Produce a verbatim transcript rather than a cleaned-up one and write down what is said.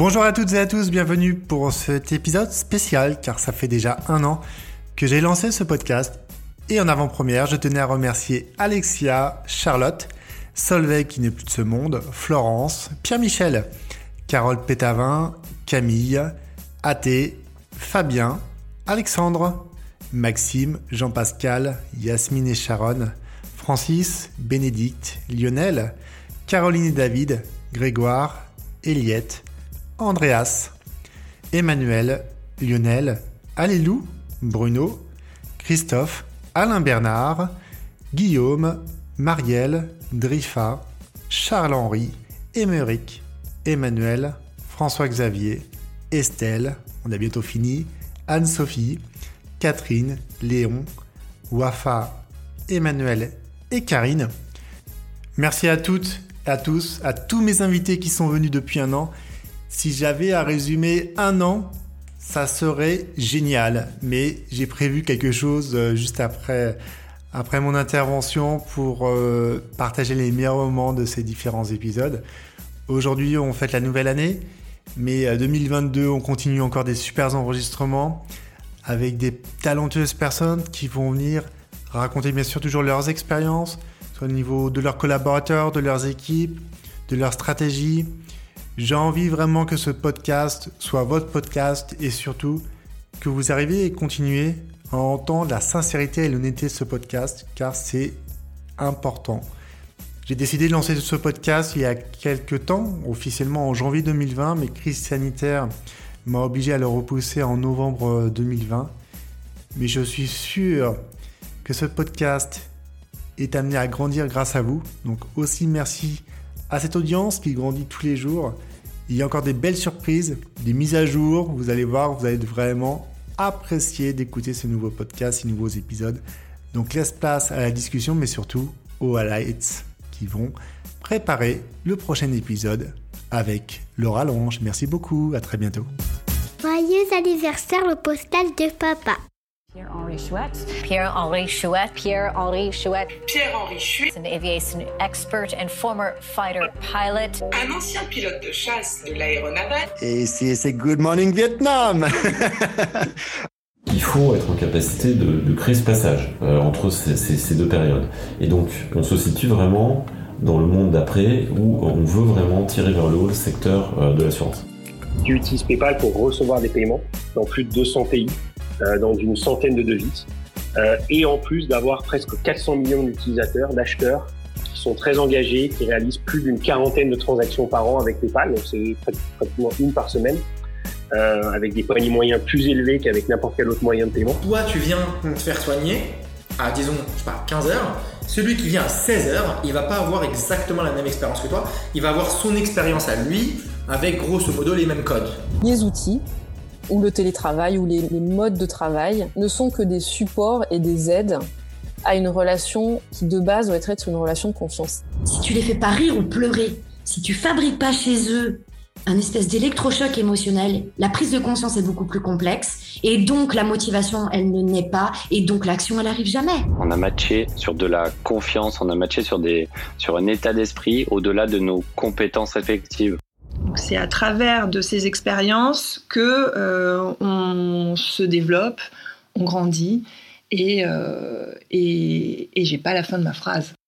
Bonjour à toutes et à tous, bienvenue pour cet épisode spécial car ça fait déjà un an que j'ai lancé ce podcast. Et en avant-première, je tenais à remercier Alexia, Charlotte, Solveig qui n'est plus de ce monde, Florence, Pierre-Michel, Carole Pétavin, Camille, Athé, Fabien, Alexandre, Maxime, Jean-Pascal, Yasmine et Sharon, Francis, Bénédicte, Lionel, Caroline et David, Grégoire, Eliette, Andreas, Emmanuel, Lionel, Alélou, Bruno, Christophe, Alain Bernard, Guillaume, Marielle, Driffa, Charles-Henri, Émeric, Emmanuel, François-Xavier, Estelle, on a bientôt fini, Anne-Sophie, Catherine, Léon, Wafa, Emmanuel et Karine. Merci à toutes et à tous, à tous mes invités qui sont venus depuis un an. Si j'avais à résumer un an, ça serait génial. Mais j'ai prévu quelque chose juste après, après mon intervention pour euh, partager les meilleurs moments de ces différents épisodes. Aujourd'hui, on fête la nouvelle année, mais deux mille vingt-deux, on continue encore des super enregistrements avec des talentueuses personnes qui vont venir raconter bien sûr toujours leurs expériences, soit au niveau de leurs collaborateurs, de leurs équipes, de leurs stratégies. J'ai envie vraiment que ce podcast soit votre podcast et surtout que vous arriviez et continuez à entendre la sincérité et l'honnêteté de ce podcast car c'est important. J'ai décidé de lancer ce podcast il y a quelques temps, officiellement en janvier deux mille vingt, mais crise sanitaire m'a obligé à le repousser en novembre deux mille vingt. Mais je suis sûr que ce podcast est amené à grandir grâce à vous. Donc aussi merci à cette audience qui grandit tous les jours. Il y a encore des belles surprises, des mises à jour. Vous allez voir, vous allez vraiment apprécier d'écouter ce nouveau podcast, ces nouveaux épisodes. Donc laisse place à la discussion, mais surtout aux highlights qui vont préparer le prochain épisode avec Laura Lange. Merci beaucoup, à très bientôt. Joyeux anniversaire le postal de papa. Pierre-Henri Chouette. Pierre-Henri Chouette. Pierre-Henri Chouette. Pierre-Henri Chouette. An aviation expert and former fighter pilot. Un ancien pilote de chasse de l'aéronaval. Et c'est, c'est Good Morning Vietnam. Il faut être en capacité de, de créer ce passage euh, entre ces, ces, ces deux périodes. Et donc, on se situe vraiment dans le monde d'après où on veut vraiment tirer vers le haut le secteur euh, de l'assurance. Tu utilises PayPal pour recevoir des paiements dans plus de deux cents pays, euh, dans une centaine de devises, euh, et en plus d'avoir presque quatre cents millions d'utilisateurs, d'acheteurs, qui sont très engagés, qui réalisent plus d'une quarantaine de transactions par an avec PayPal, donc c'est pratiquement une par semaine. Euh, avec des paniers moyens plus élevés qu'avec n'importe quel autre moyen de paiement. Toi, tu viens te faire soigner à, disons, je sais pas, quinze heures. Celui qui vient à seize heures, il va pas avoir exactement la même expérience que toi. Il va avoir son expérience à lui, avec grosso modo les mêmes codes. Les outils, ou le télétravail, ou les, les modes de travail, ne sont que des supports et des aides à une relation qui, de base, doit être une relation de confiance. Si tu les fais pas rire ou pleurer, si tu fabriques pas chez eux un espèce d'électrochoc émotionnel, la prise de conscience est beaucoup plus complexe et donc la motivation, elle ne naît pas et donc l'action, elle arrive jamais. On a matché sur de la confiance, on a matché sur, des, sur un état d'esprit au-delà de nos compétences effectives. Donc c'est à travers de ces expériences que euh, on se développe, on grandit et, euh, et, et j'ai pas la fin de ma phrase.